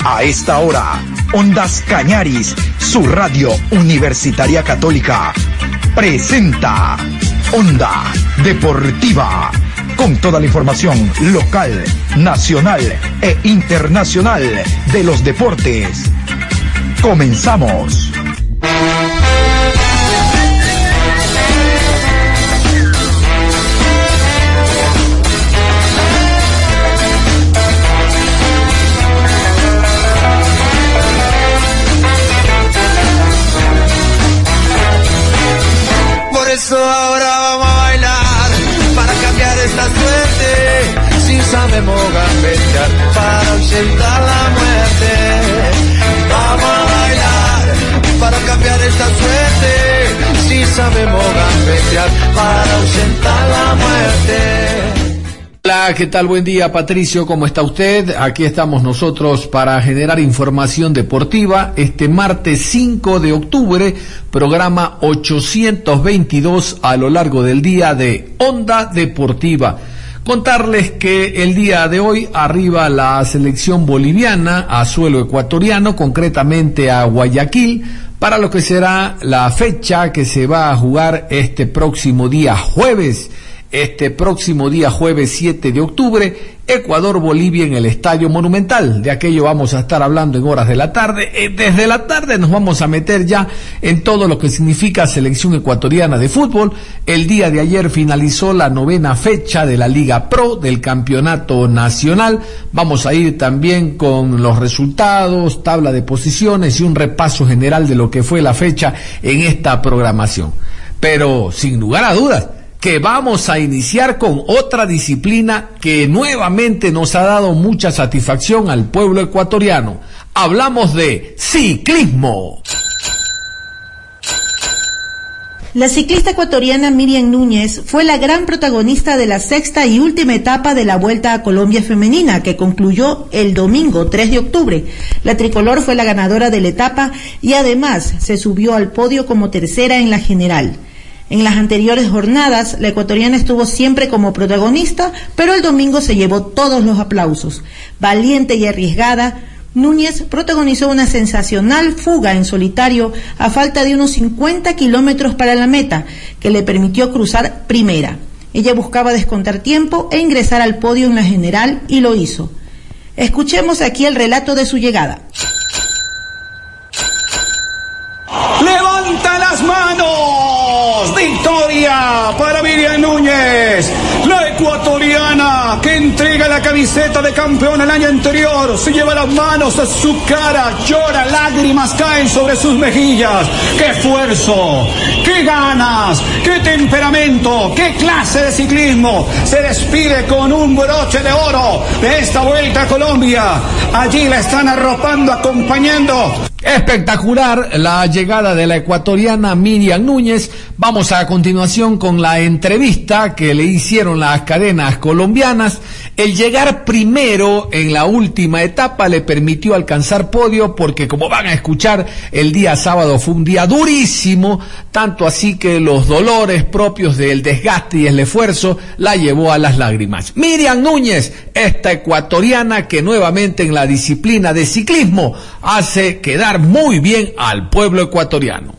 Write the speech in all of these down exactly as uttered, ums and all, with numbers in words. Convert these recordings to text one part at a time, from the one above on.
A esta hora, Ondas Cañaris, su radio universitaria católica, presenta Onda Deportiva, con toda la información local, nacional e internacional de los deportes. Comenzamos. Por eso ahora vamos a bailar, para cambiar esta suerte. Si sabemos gambetear, para ahuyentar la muerte. Vamos a bailar, para cambiar esta suerte. Si sabemos gambetear, para ahuyentar la muerte. Hola, ¿qué tal? Buen día, Patricio, ¿cómo está usted? Aquí estamos nosotros para generar información deportiva este martes cinco de octubre, programa ochocientos veintidós a lo largo del día de Onda Deportiva. Contarles que el día de hoy arriba la selección boliviana a suelo ecuatoriano, concretamente a Guayaquil, para lo que será la fecha que se va a jugar este próximo día jueves. Este próximo día jueves siete de octubre, Ecuador-Bolivia en el Estadio Monumental. De aquello vamos a estar hablando en horas de la tarde. Desde la tarde nos vamos a meter ya en todo lo que significa selección ecuatoriana de fútbol. El día de ayer finalizó la novena fecha de la Liga Pro del Campeonato Nacional. Vamos a ir también con los resultados, tabla de posiciones y un repaso general de lo que fue la fecha en esta programación. Pero sin lugar a dudas, que vamos a iniciar con otra disciplina que nuevamente nos ha dado mucha satisfacción al pueblo ecuatoriano. Hablamos de ciclismo. La ciclista ecuatoriana Miriam Núñez fue la gran protagonista de la sexta y última etapa de la Vuelta a Colombia femenina, que concluyó el domingo tres de octubre. La tricolor fue la ganadora de la etapa y además se subió al podio como tercera en la general. En las anteriores jornadas, la ecuatoriana estuvo siempre como protagonista, pero el domingo se llevó todos los aplausos. Valiente y arriesgada, Núñez protagonizó una sensacional fuga en solitario a falta de unos cincuenta kilómetros para la meta, que le permitió cruzar primera. Ella buscaba descontar tiempo e ingresar al podio en la general y lo hizo. Escuchemos aquí el relato de su llegada. ¡Levanta las manos! ¡Victoria para Miriam Núñez! La ecuatoriana que entrega la camiseta de campeón el año anterior, se lleva las manos a su cara, llora, lágrimas caen sobre sus mejillas. ¡Qué esfuerzo! ¡Qué ganas! ¡Qué temperamento! ¡Qué clase de ciclismo! Se despide con un broche de oro de esta Vuelta a Colombia. Allí la están arropando, acompañando. Espectacular la llegada de la ecuatoriana Miriam Núñez. Vamos a continuación con la entrevista que le hicieron las cadenas colombianas. El llegar primero en la última etapa le permitió alcanzar podio porque, como van a escuchar, el día sábado fue un día durísimo, tanto así que los dolores propios del desgaste y el esfuerzo la llevó a las lágrimas. Miriam Núñez, esta ecuatoriana que nuevamente en la disciplina de ciclismo hace quedar muy bien al pueblo ecuatoriano.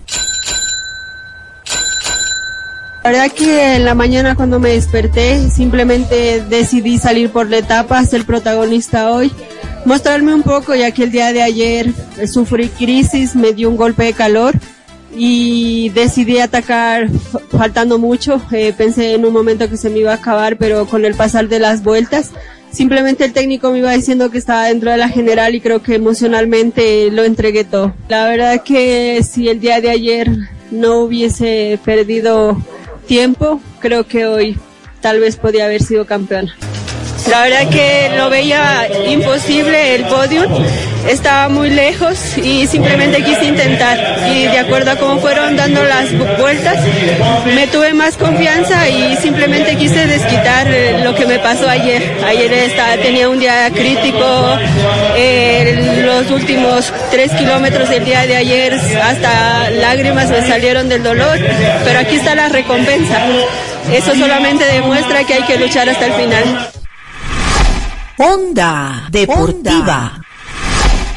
La verdad que en la mañana cuando me desperté simplemente decidí salir por la etapa, ser protagonista hoy, mostrarme un poco, ya que el día de ayer sufrí crisis, me dio un golpe de calor y decidí atacar faltando mucho. Eh, pensé en un momento que se me iba a acabar, pero con el pasar de las vueltas simplemente el técnico me iba diciendo que estaba dentro de la general y creo que emocionalmente lo entregué todo. La verdad que si el día de ayer no hubiese perdido tiempo, creo que hoy tal vez podía haber sido campeona. La verdad que lo veía imposible el podio, estaba muy lejos y simplemente quise intentar, y de acuerdo a cómo fueron dando las vueltas me tuve más confianza y simplemente quise desquitar lo que me pasó ayer. Ayer estaba, tenía un día crítico, eh, los últimos tres kilómetros del día de ayer hasta lágrimas me salieron del dolor, pero aquí está la recompensa. Eso solamente demuestra que hay que luchar hasta el final. Onda Deportiva.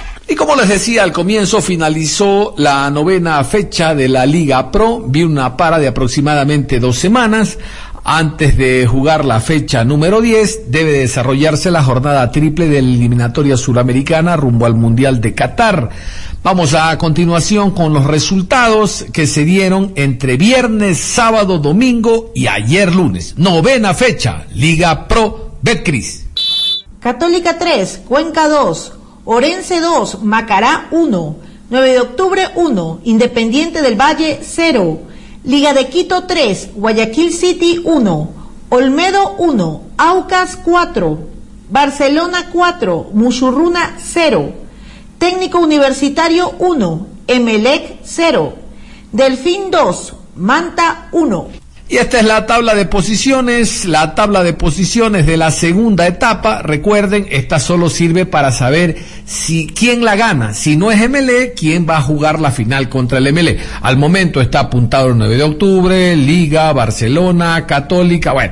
Como les decía al comienzo, finalizó la novena fecha de la Liga Pro. Vi una para de aproximadamente dos semanas. Antes de jugar la fecha número diez, debe desarrollarse la jornada triple de la eliminatoria suramericana rumbo al Mundial de Qatar. Vamos a continuación con los resultados que se dieron entre viernes, sábado, domingo y ayer lunes. Novena fecha, Liga Pro Betcris. Católica tres, Cuenca dos, Orense dos, Macará uno, nueve de octubre uno, Independiente del Valle cero, Liga de Quito tres, Guayaquil City uno, Olmedo uno, Aucas cuatro, Barcelona cuatro, Muchurruna cero, Técnico Universitario uno, Emelec cero, Delfín dos, Manta uno. Y esta es la tabla de posiciones, la tabla de posiciones de la segunda etapa. Recuerden, esta solo sirve para saber si quién la gana. Si no es Emelec, quién va a jugar la final contra el Emelec. Al momento está apuntado el nueve de octubre, Liga, Barcelona, Católica. Bueno,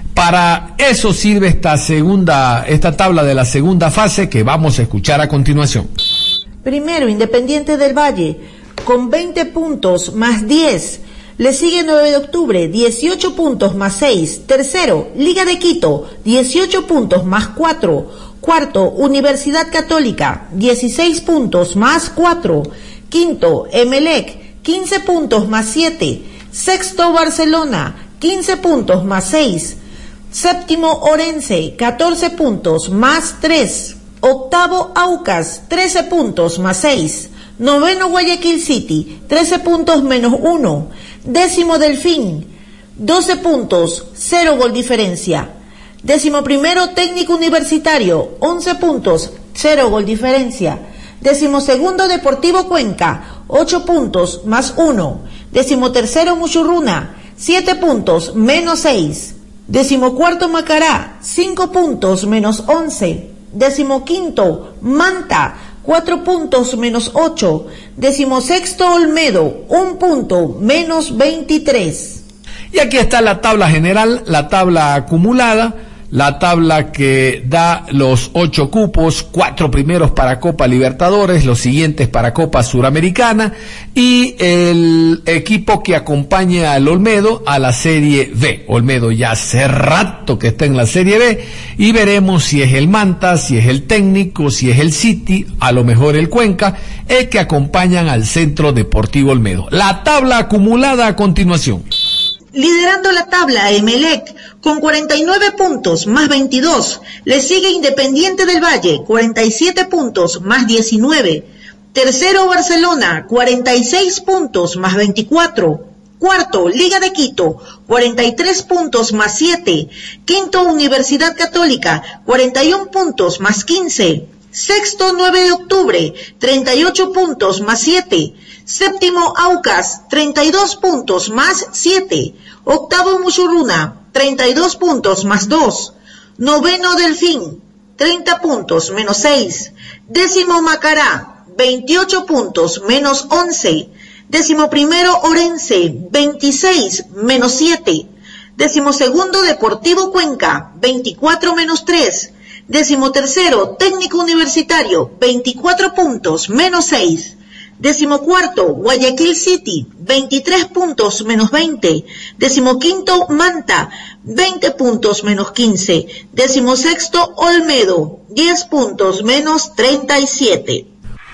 para eso sirve esta segunda, esta tabla de la segunda fase que vamos a escuchar a continuación. Primero, Independiente del Valle, con veinte puntos más diez. Le sigue nueve de octubre, dieciocho puntos más seis. Tercero, Liga de Quito, dieciocho puntos más cuatro. Cuarto, Universidad Católica, dieciséis puntos más cuatro. Quinto, Emelec, quince puntos más siete. Sexto, Barcelona, quince puntos más seis. Séptimo, Orense, catorce puntos más tres. Octavo, Aucas, trece puntos más seis. Noveno, Guayaquil City, trece puntos menos uno. Décimo, Delfín, doce puntos, cero gol diferencia. Décimo primero, Técnico Universitario, once puntos, cero gol diferencia. Décimo segundo, Deportivo Cuenca, ocho puntos, más uno. Décimo tercero, Muchurruna, siete puntos, menos seis. Décimo cuarto, Macará, cinco puntos, menos once. Décimo quinto, Manta, cuatro puntos menos ocho. Decimosexto, Olmedo, un punto menos veintitrés. Y aquí está la tabla general, la tabla acumulada, la tabla que da los ocho cupos, cuatro primeros para Copa Libertadores, los siguientes para Copa Suramericana y el equipo que acompaña al Olmedo a la Serie B. Olmedo ya hace rato que está en la Serie B y veremos si es el Manta, si es el Técnico, si es el City, a lo mejor el Cuenca, el que acompañan al Centro Deportivo Olmedo. La tabla acumulada a continuación. Liderando la tabla, Emelec, con cuarenta y nueve puntos, más veintidós. Le sigue Independiente del Valle, cuarenta y siete puntos, más diecinueve. Tercero, Barcelona, cuarenta y seis puntos, más veinticuatro. Cuarto, Liga de Quito, cuarenta y tres puntos, más siete. Quinto, Universidad Católica, cuarenta y uno puntos, más quince. Sexto, nueve de octubre, treinta y ocho puntos, más siete. Séptimo, Aucas, treinta y dos puntos, más siete. Octavo, Muchurruna, treinta y dos puntos, más dos. Noveno, Delfín, treinta puntos, menos seis. Décimo, Macará, veintiocho puntos, menos once. Décimo primero, Orense, veintiséis, menos siete. Décimo segundo, Deportivo Cuenca, veinticuatro, menos tres. Décimo tercero, Técnico Universitario, veinticuatro puntos, menos seis. Décimo cuarto, Guayaquil City, veintitrés puntos, menos veinte. Décimo quinto, Manta, veinte puntos, menos quince. Décimo sexto, Olmedo, diez puntos, menos treinta y siete.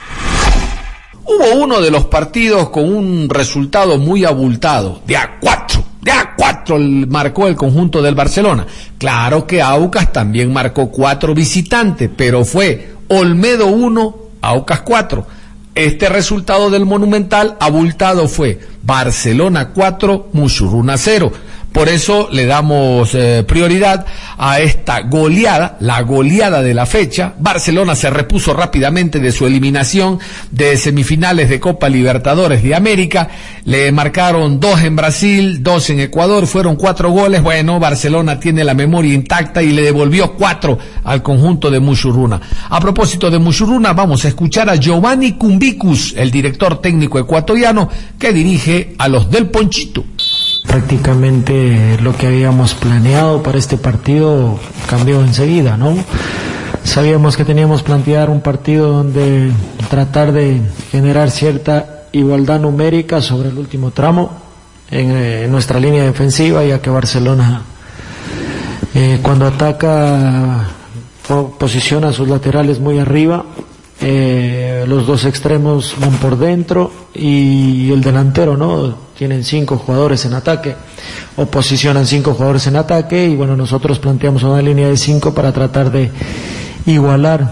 Hubo uno de los partidos con un resultado muy abultado, de a cuatro. De a cuatro marcó el conjunto del Barcelona. Claro que Aucas también marcó cuatro visitantes, pero fue Olmedo uno, Aucas cuatro. Este resultado del Monumental abultado fue Barcelona cuatro, Muchurruna cero. Por eso le damos eh, prioridad a esta goleada, la goleada de la fecha. Barcelona se repuso rápidamente de su eliminación de semifinales de Copa Libertadores de América. Le marcaron dos en Brasil, dos en Ecuador, fueron cuatro goles. Bueno, Barcelona tiene la memoria intacta y le devolvió cuatro al conjunto de Muchurruna. A propósito de Muchurruna, vamos a escuchar a Giovanni Cumbicus, el director técnico ecuatoriano que dirige a los del Ponchito. Prácticamente lo que habíamos planeado para este partido cambió enseguida, ¿no? Sabíamos que teníamos que plantear un partido donde tratar de generar cierta igualdad numérica sobre el último tramo en, eh, en nuestra línea defensiva, ya que Barcelona eh, cuando ataca posiciona a sus laterales muy arriba, eh, los dos extremos van por dentro y el delantero, ¿no? Tienen cinco jugadores en ataque o posicionan cinco jugadores en ataque y bueno, nosotros planteamos una línea de cinco para tratar de igualar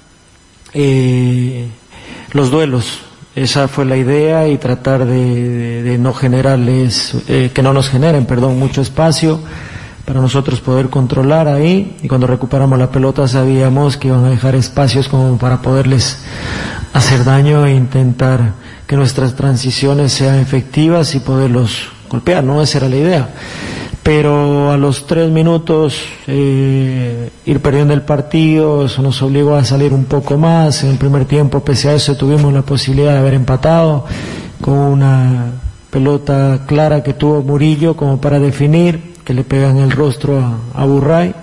eh, los duelos. Esa fue la idea y tratar de, de, de no generarles, eh, que no nos generen, perdón, mucho espacio para nosotros poder controlar ahí, y cuando recuperamos la pelota sabíamos que iban a dejar espacios como para poderles hacer daño e intentar que nuestras transiciones sean efectivas y poderlos golpear, ¿no? Esa era la idea. Pero a los tres minutos eh, ir perdiendo el partido, eso nos obligó a salir un poco más. En el primer tiempo, pese a eso, tuvimos la posibilidad de haber empatado con una pelota clara que tuvo Murillo como para definir, que le pegan el rostro a, a Burray,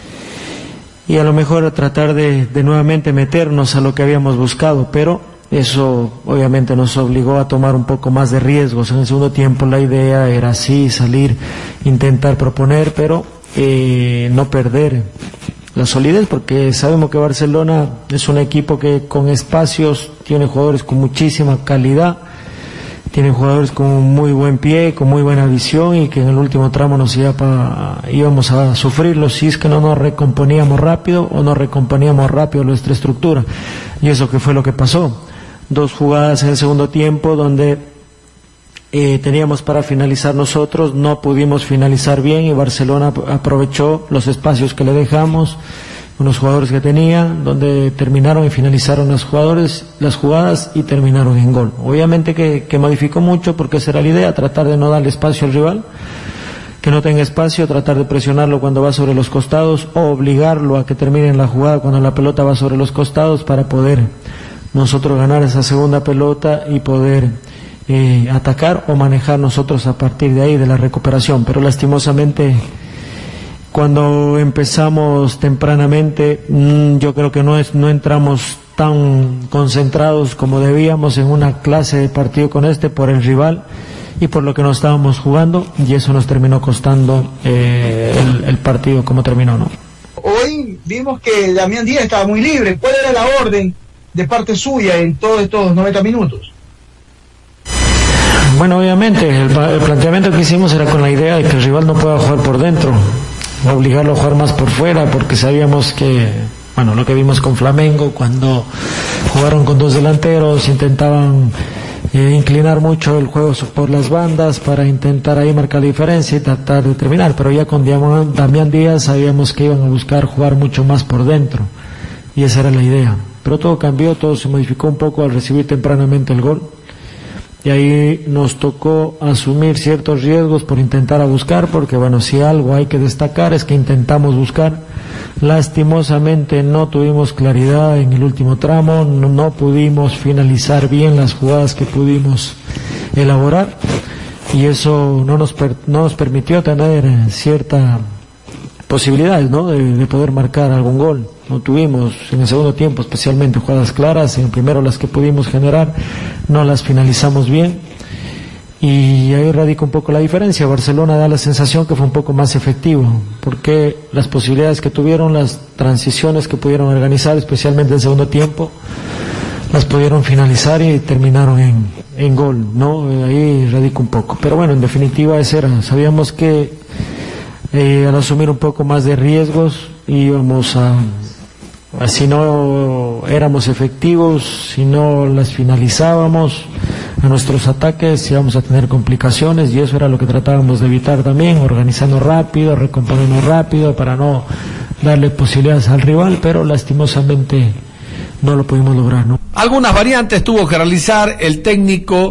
y a lo mejor tratar de, de nuevamente meternos a lo que habíamos buscado, pero eso obviamente nos obligó a tomar un poco más de riesgos. En el segundo tiempo la idea era así, salir, intentar proponer, pero eh, no perder la solidez, porque sabemos que Barcelona es un equipo que con espacios tiene jugadores con muchísima calidad, tiene jugadores con muy buen pie, con muy buena visión, y que en el último tramo nos iba pa, íbamos a sufrirlo si es que no nos recomponíamos rápido o no recomponíamos rápido nuestra estructura. Y eso que fue lo que pasó. Dos jugadas en el segundo tiempo donde eh, teníamos para finalizar nosotros, no pudimos finalizar bien y Barcelona aprovechó los espacios que le dejamos, unos jugadores que tenía, donde terminaron y finalizaron los jugadores, las jugadas y terminaron en gol. Obviamente que, que modificó mucho, porque esa era la idea, tratar de no darle espacio al rival, que no tenga espacio, tratar de presionarlo cuando va sobre los costados o obligarlo a que termine la jugada cuando la pelota va sobre los costados para poder nosotros ganar esa segunda pelota y poder eh, atacar o manejar nosotros a partir de ahí de la recuperación. Pero lastimosamente, cuando empezamos tempranamente, mmm, yo creo que no es, no entramos tan concentrados como debíamos en una clase de partido con este por el rival y por lo que nos estábamos jugando, y eso nos terminó costando eh, el, el partido como terminó, ¿no? Hoy vimos que Damián Díaz estaba muy libre. ¿Cuál era la orden de parte suya en todos estos noventa minutos? Bueno, obviamente el, el planteamiento que hicimos era con la idea de que el rival no pueda jugar por dentro, obligarlo a jugar más por fuera, porque sabíamos que, bueno, lo que vimos con Flamengo cuando jugaron con dos delanteros, intentaban eh, inclinar mucho el juego por las bandas para intentar ahí marcar la diferencia y tratar de terminar, pero ya con Damián Díaz sabíamos que iban a buscar jugar mucho más por dentro y esa era la idea. Pero todo cambió, todo se modificó un poco al recibir tempranamente el gol. Y ahí nos tocó asumir ciertos riesgos por intentar a buscar, porque bueno, si algo hay que destacar es que intentamos buscar. Lastimosamente no tuvimos claridad en el último tramo, no, no pudimos finalizar bien las jugadas que pudimos elaborar, y eso no nos, per, no nos permitió tener cierta posibilidades, ¿no?, de, de poder marcar algún gol. No tuvimos en el segundo tiempo especialmente jugadas claras, en el primero las que pudimos generar no las finalizamos bien, y ahí radica un poco la diferencia. Barcelona da la sensación que fue un poco más efectivo, porque las posibilidades que tuvieron, las transiciones que pudieron organizar, especialmente en el segundo tiempo, las pudieron finalizar y terminaron en, en gol, ¿no? Ahí radica un poco, pero bueno, en definitiva ese era, sabíamos que eh, al asumir un poco más de riesgos íbamos a, a si no éramos efectivos, si no las finalizábamos a nuestros ataques, íbamos a tener complicaciones, y eso era lo que tratábamos de evitar también, organizando rápido, recomponiendo rápido para no darle posibilidades al rival, pero lastimosamente no lo pudimos lograr, ¿no? Algunas variantes tuvo que realizar el técnico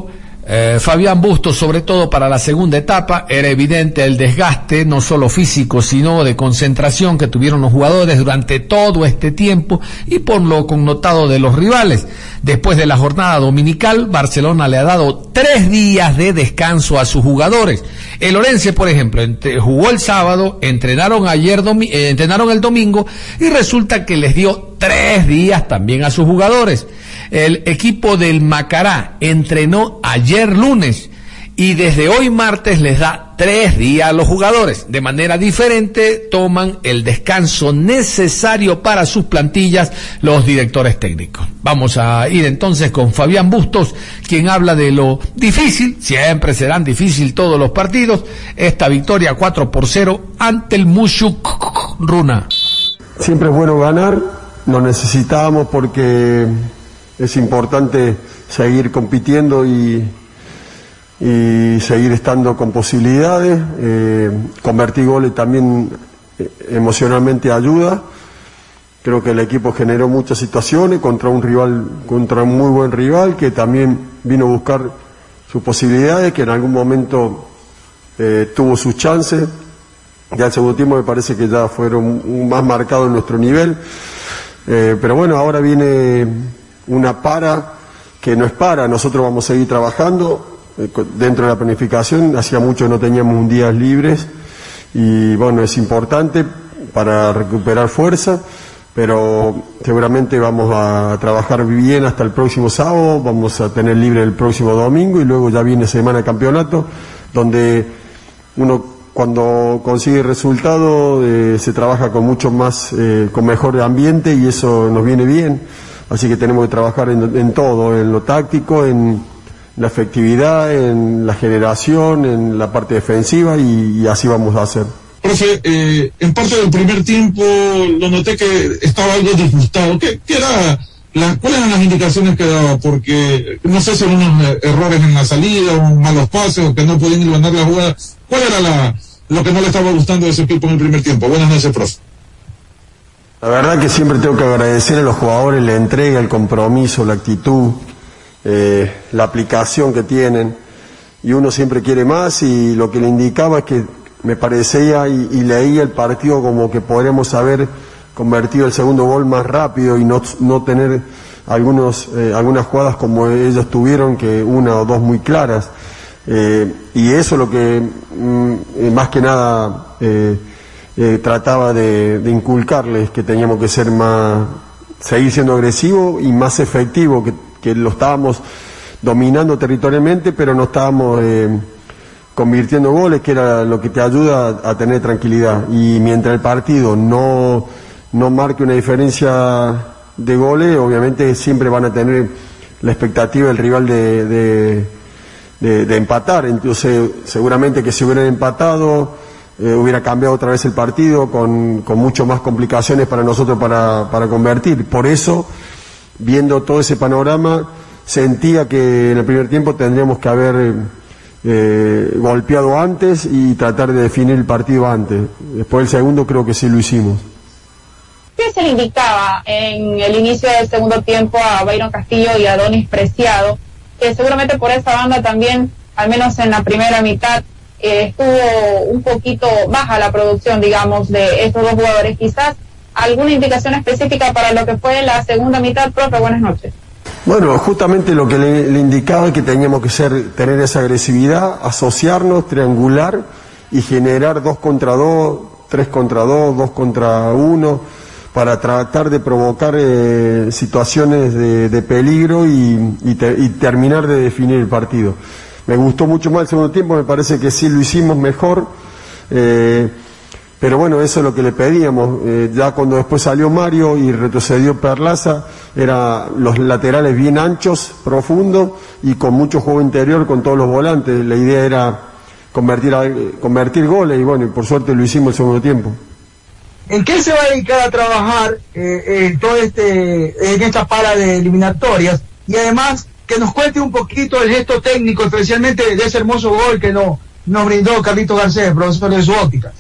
Eh, Fabián Bustos, sobre todo para la segunda etapa, era evidente el desgaste, no solo físico, sino de concentración que tuvieron los jugadores durante todo este tiempo y por lo connotado de los rivales. Después de la jornada dominical, Barcelona le ha dado tres días de descanso a sus jugadores. El Orense, por ejemplo, entre, jugó el sábado, entrenaron ayer, domi eh, entrenaron el domingo y resulta que les dio tres días también a sus jugadores. El equipo del Macará entrenó ayer lunes y desde hoy martes les da tres días a los jugadores. De manera diferente toman el descanso necesario para sus plantillas los directores técnicos. Vamos a ir entonces con Fabián Bustos, quien habla de lo difícil, siempre serán difíciles todos los partidos, esta victoria cuatro por cero ante el Mushuk Runa. Siempre es bueno ganar, lo necesitamos porque es importante seguir compitiendo y, y seguir estando con posibilidades. Eh, convertir goles también eh, emocionalmente ayuda. Creo que el equipo generó muchas situaciones contra un rival, contra un muy buen rival que también vino a buscar sus posibilidades, que en algún momento eh, tuvo sus chances. Ya el segundo tiempo me parece que ya fueron más marcados en nuestro nivel. Eh, pero bueno, ahora viene una para que no es para, nosotros vamos a seguir trabajando eh, dentro de la planificación. Hacía mucho que no teníamos un día libres y bueno, es importante para recuperar fuerza, pero seguramente vamos a trabajar bien hasta el próximo sábado, vamos a tener libre el próximo domingo y luego ya viene semana de campeonato, donde uno cuando consigue resultado eh, se trabaja con mucho más, eh, con mejor ambiente y eso nos viene bien. Así que tenemos que trabajar en, en todo, en lo táctico, en la efectividad, en la generación, en la parte defensiva y, y así vamos a hacer. Profe, eh, en parte del primer tiempo lo noté que estaba algo disgustado. ¿Qué, qué era la, ¿Cuáles eran las indicaciones que daba? Porque no sé si eran unos errores en la salida, o malos pases, o que no podían ganar la jugada. ¿Cuál era la, lo que no le estaba gustando de ese equipo en el primer tiempo? Buenas noches, profe. La verdad que siempre tengo que agradecer a los jugadores la entrega, el compromiso, la actitud, eh, la aplicación que tienen. Y uno siempre quiere más y lo que le indicaba es que me parecía y, y leía el partido como que podríamos haber convertido el segundo gol más rápido y no, no tener algunos, eh, algunas jugadas como ellos tuvieron, que una o dos muy claras. Eh, y eso es lo que mm, más que nada eh, eh, trataba de, de inculcarles, que teníamos que ser más, seguir siendo agresivos y más efectivos, que, que lo estábamos dominando territorialmente, pero no estábamos eh, convirtiendo goles, que era lo que te ayuda a, a tener tranquilidad. Y mientras el partido no, no marque una diferencia de goles, obviamente siempre van a tener la expectativa del rival de, de, de, de empatar. Entonces seguramente que si hubieran empatado eh, hubiera cambiado otra vez el partido con, con mucho más complicaciones para nosotros para, para convertir. Por eso, viendo todo ese panorama, sentía que en el primer tiempo tendríamos que haber eh, golpeado antes y tratar de definir el partido antes. Después del segundo creo que sí lo hicimos. ¿Qué se le indicaba en el inicio del segundo tiempo a Byron Castillo y a Donis Preciado? Que seguramente por esa banda también, al menos en la primera mitad, eh, estuvo un poquito baja la producción, digamos, de estos dos jugadores. Quizás alguna indicación específica para lo que fue la segunda mitad. Profe, buenas noches. Bueno, justamente lo que le, le indicaba es que teníamos que ser, tener esa agresividad, asociarnos, triangular y generar dos contra dos, tres contra dos, dos contra uno, para tratar de provocar eh, situaciones de, de peligro y, y, te, y terminar de definir el partido. Me gustó mucho más el segundo tiempo, me parece que sí lo hicimos mejor, eh, pero bueno, eso es lo que le pedíamos. Eh, ya cuando después salió Mario y retrocedió Perlaza, era los laterales bien anchos, profundos y con mucho juego interior con todos los volantes. La idea era convertir, a, convertir goles y bueno, y por suerte lo hicimos el segundo tiempo. ¿En qué se va a dedicar a trabajar eh, en todo este, en esta para de eliminatorias? Y además, que nos cuente un poquito el gesto técnico, especialmente de ese hermoso gol que no, nos brindó Carlito Garcés, profesor de su óptica.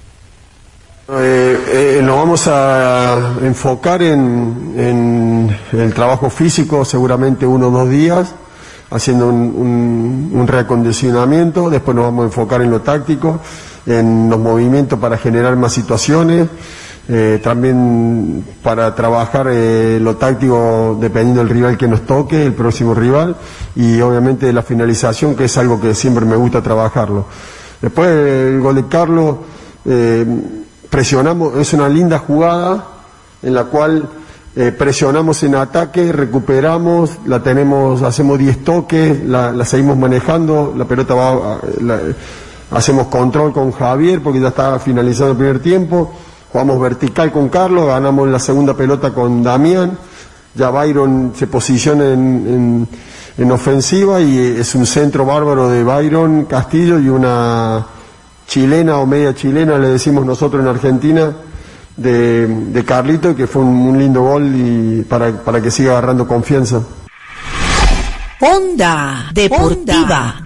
Eh, eh, nos vamos a enfocar en, en el trabajo físico, seguramente uno o dos días, haciendo un, un, un reacondicionamiento, después nos vamos a enfocar en lo táctico, en los movimientos para generar más situaciones, eh, también para trabajar eh, lo táctico dependiendo del rival que nos toque, el próximo rival, y obviamente la finalización, que es algo que siempre me gusta trabajarlo. Después el gol de Carlos, eh, presionamos, es una linda jugada en la cual eh, presionamos en ataque, recuperamos, la tenemos, hacemos diez toques, la, la seguimos manejando, la pelota va, la, hacemos control con Javier porque ya está finalizando el primer tiempo, jugamos vertical con Carlos, ganamos la segunda pelota con Damián, ya Byron se posiciona en, en, en ofensiva y es un centro bárbaro de Byron Castillo y una chilena o media chilena, le decimos nosotros en Argentina, de, de Carlito, que fue un, un lindo gol y para, para que siga agarrando confianza. Onda Deportiva.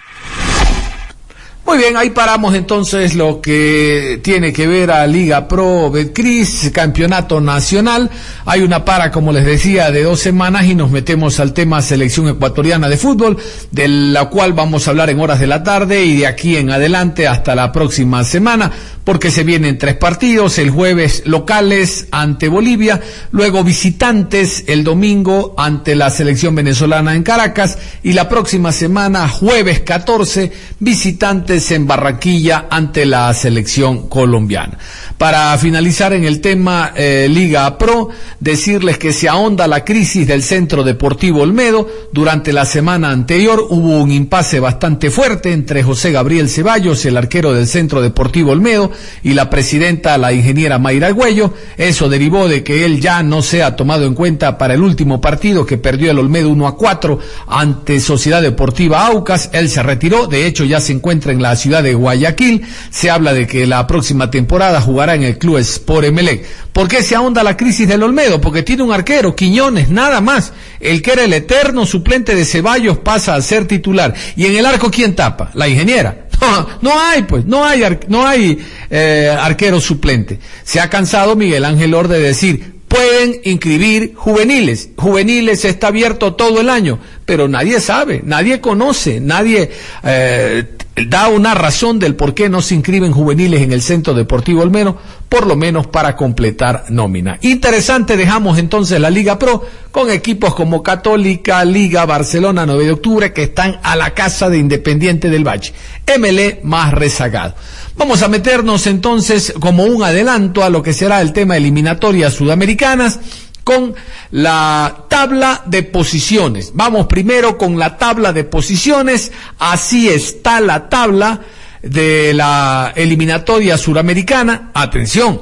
Muy bien, ahí paramos entonces lo que tiene que ver a Liga Pro Betcris, campeonato nacional. Hay una para, como les decía, de dos semanas y nos metemos al tema selección ecuatoriana de fútbol, de la cual vamos a hablar en horas de la tarde y de aquí en adelante hasta la próxima semana, porque se vienen tres partidos, el jueves locales ante Bolivia, luego visitantes el domingo ante la selección venezolana en Caracas y la próxima semana, jueves catorce, visitantes en Barranquilla ante la selección colombiana. Para finalizar en el tema eh, Liga Pro, decirles que se ahonda la crisis del Centro Deportivo Olmedo. Durante la semana anterior hubo un impasse bastante fuerte entre José Gabriel Ceballos, el arquero del Centro Deportivo Olmedo, y la presidenta, la ingeniera Mayra Argüello. Eso derivó de que él ya no sea tomado en cuenta para el último partido que perdió el Olmedo uno a cuatro ante Sociedad Deportiva Aucas. Él se retiró, de hecho ya se encuentra en la ciudad de Guayaquil. Se habla de que la próxima temporada jugará en el club Sport Emelec. ¿Por qué se ahonda la crisis del Olmedo? Porque tiene un arquero, Quiñones, nada más. El que era el eterno suplente de Ceballos pasa a ser titular. ¿Y en el arco quién tapa? La ingeniera. No, no hay, pues, no hay, no hay eh, arquero suplente. Se ha cansado Miguel Ángel Or de decir, pueden inscribir juveniles. Juveniles está abierto todo el año, pero nadie sabe, nadie conoce, nadie eh, da una razón del por qué no se inscriben juveniles en el Centro Deportivo Olmedo, por lo menos para completar nómina. Interesante, dejamos entonces la Liga Pro con equipos como Católica, Liga, Barcelona, nueve de octubre, que están a la casa de Independiente del Valle. M L E más rezagado. Vamos a meternos entonces como un adelanto a lo que será el tema eliminatorias sudamericanas con la tabla de posiciones. Vamos primero con la tabla de posiciones. Así está la tabla de la eliminatoria suramericana. Atención,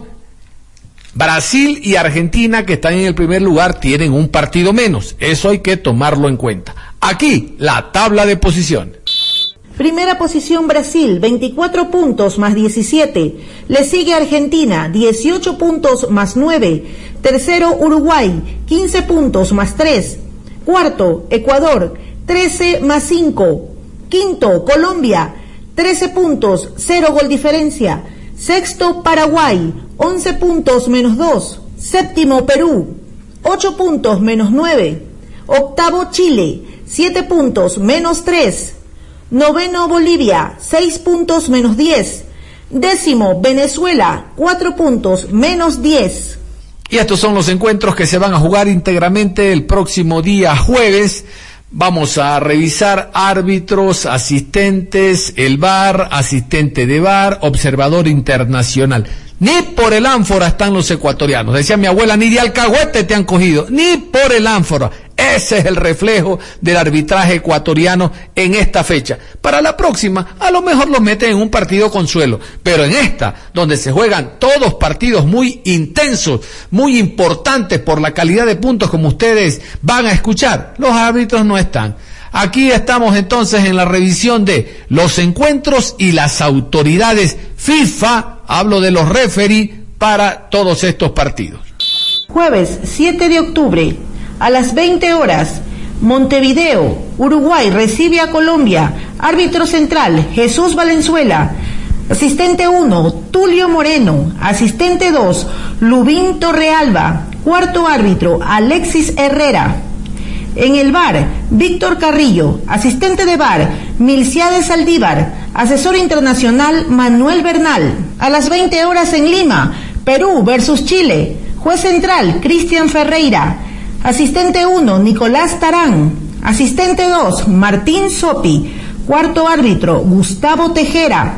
Brasil y Argentina, que están en el primer lugar, tienen un partido menos. Eso hay que tomarlo en cuenta. Aquí, la tabla de posiciones. Primera posición Brasil, veinticuatro puntos más diecisiete. Le sigue Argentina, dieciocho puntos más nueve. Tercero Uruguay, quince puntos más tres. Cuarto Ecuador, trece más cinco. Quinto Colombia, trece puntos, cero gol diferencia. Sexto Paraguay, once puntos menos dos. Séptimo Perú, ocho puntos menos nueve. Octavo Chile, siete puntos menos tres. Noveno Bolivia, seis puntos menos diez. Décimo Venezuela, cuatro puntos menos diez. Y estos son los encuentros que se van a jugar íntegramente el próximo día jueves. Vamos a revisar árbitros, asistentes, el V A R, asistente de V A R, observador internacional. Ni por el ánfora están los ecuatorianos. Decía mi abuela, ni de alcahuete te han cogido, ni por el ánfora. Ese es el reflejo del arbitraje ecuatoriano en esta fecha. Para la próxima, a lo mejor los meten en un partido consuelo, pero en esta, donde se juegan todos partidos muy intensos, muy importantes por la calidad de puntos, como ustedes van a escuchar, los árbitros no están. Aquí estamos entonces en la revisión de los encuentros y las autoridades FIFA, hablo de los referees, para todos estos partidos. Jueves siete de octubre, a las veinte horas, Montevideo, Uruguay recibe a Colombia. Árbitro central, Jesús Valenzuela. Asistente uno, Tulio Moreno. Asistente dos, Lubín Torrealba. Cuarto árbitro, Alexis Herrera. En el V A R, Víctor Carrillo. Asistente de V A R, Milciades Saldívar. Asesor internacional, Manuel Bernal. A las veinte horas en Lima, Perú versus Chile. Juez central, Cristian Ferreira. Asistente uno, Nicolás Tarán. Asistente dos, Martín Sopi. Cuarto árbitro, Gustavo Tejera.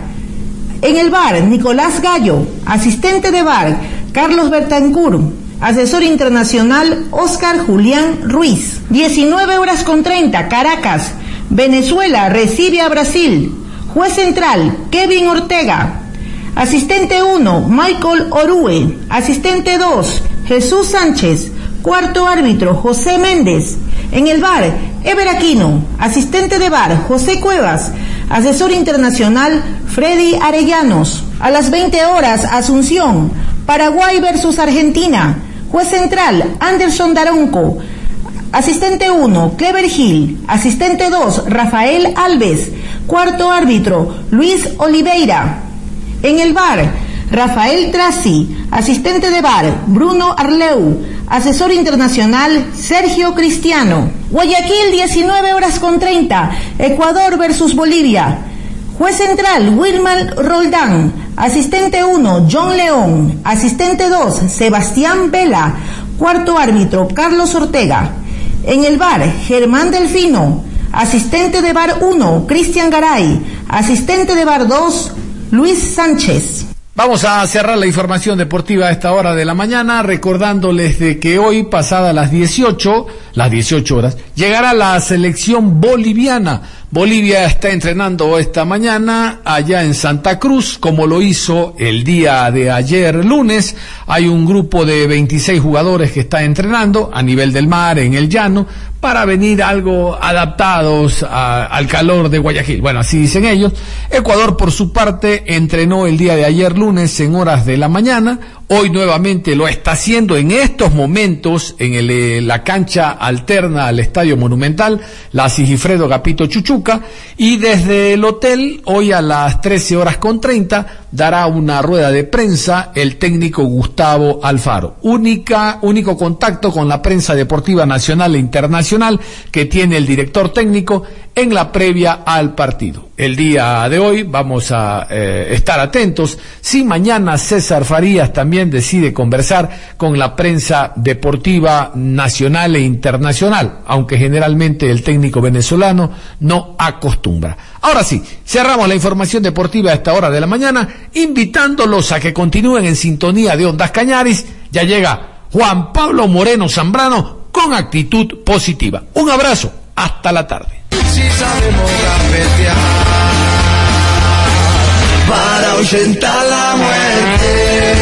En el V A R, Nicolás Gallo. Asistente de V A R, Carlos Bertancur. Asesor internacional, Oscar Julián Ruiz. diecinueve horas con treinta, Caracas. Venezuela recibe a Brasil. Juez central, Kevin Ortega. Asistente uno, Michael Orue. Asistente dos, Jesús Sánchez. Cuarto árbitro, José Méndez. En el V A R, Ever Aquino. Asistente de V A R, José Cuevas. Asesor internacional, Freddy Arellanos. A las veinte horas, Asunción. Paraguay versus Argentina. Juez central, Anderson Daronco. Asistente uno, Clever Gil. Asistente dos, Rafael Alves. Cuarto árbitro, Luis Oliveira. En el V A R, Rafael Tracy. Asistente de V A R, Bruno Arleu. Asesor internacional, Sergio Cristiano. Guayaquil, diecinueve horas con treinta, Ecuador versus Bolivia. Juez central, Wilmar Roldán. Asistente uno, John León. Asistente dos, Sebastián Vela. Cuarto árbitro, Carlos Ortega. En el V A R, Germán Delfino. Asistente de V A R uno, Cristian Garay. Asistente de V A R dos, Luis Sánchez. Vamos a cerrar la información deportiva a esta hora de la mañana, recordándoles de que hoy, pasadas las dieciocho, las dieciocho horas, llegará la selección boliviana. Bolivia está entrenando esta mañana allá en Santa Cruz, como lo hizo el día de ayer lunes. Hay un grupo de veintiséis jugadores que está entrenando a nivel del mar, en el llano, para venir algo adaptados a, al calor de Guayaquil. Bueno, así dicen ellos. Ecuador, por su parte, entrenó el día de ayer lunes en horas de la mañana. Hoy nuevamente lo está haciendo en estos momentos en el, la cancha alterna al Estadio Monumental, la Sigifredo Gapito Chuchuca, y desde el hotel, hoy a las trece horas con treinta, dará una rueda de prensa el técnico Gustavo Alfaro. Única, único contacto con la prensa deportiva nacional e internacional que tiene el director técnico en la previa al partido. El día de hoy vamos a eh, estar atentos si mañana César Farías también decide conversar con la prensa deportiva nacional e internacional, aunque generalmente el técnico venezolano no acostumbra. Ahora sí, cerramos la información deportiva a esta hora de la mañana, invitándolos a que continúen en sintonía de Ondas Cañaris. Ya llega Juan Pablo Moreno Zambrano con actitud positiva. Un abrazo, hasta la tarde. Si sabemos gambetear para ahuyentar la muerte.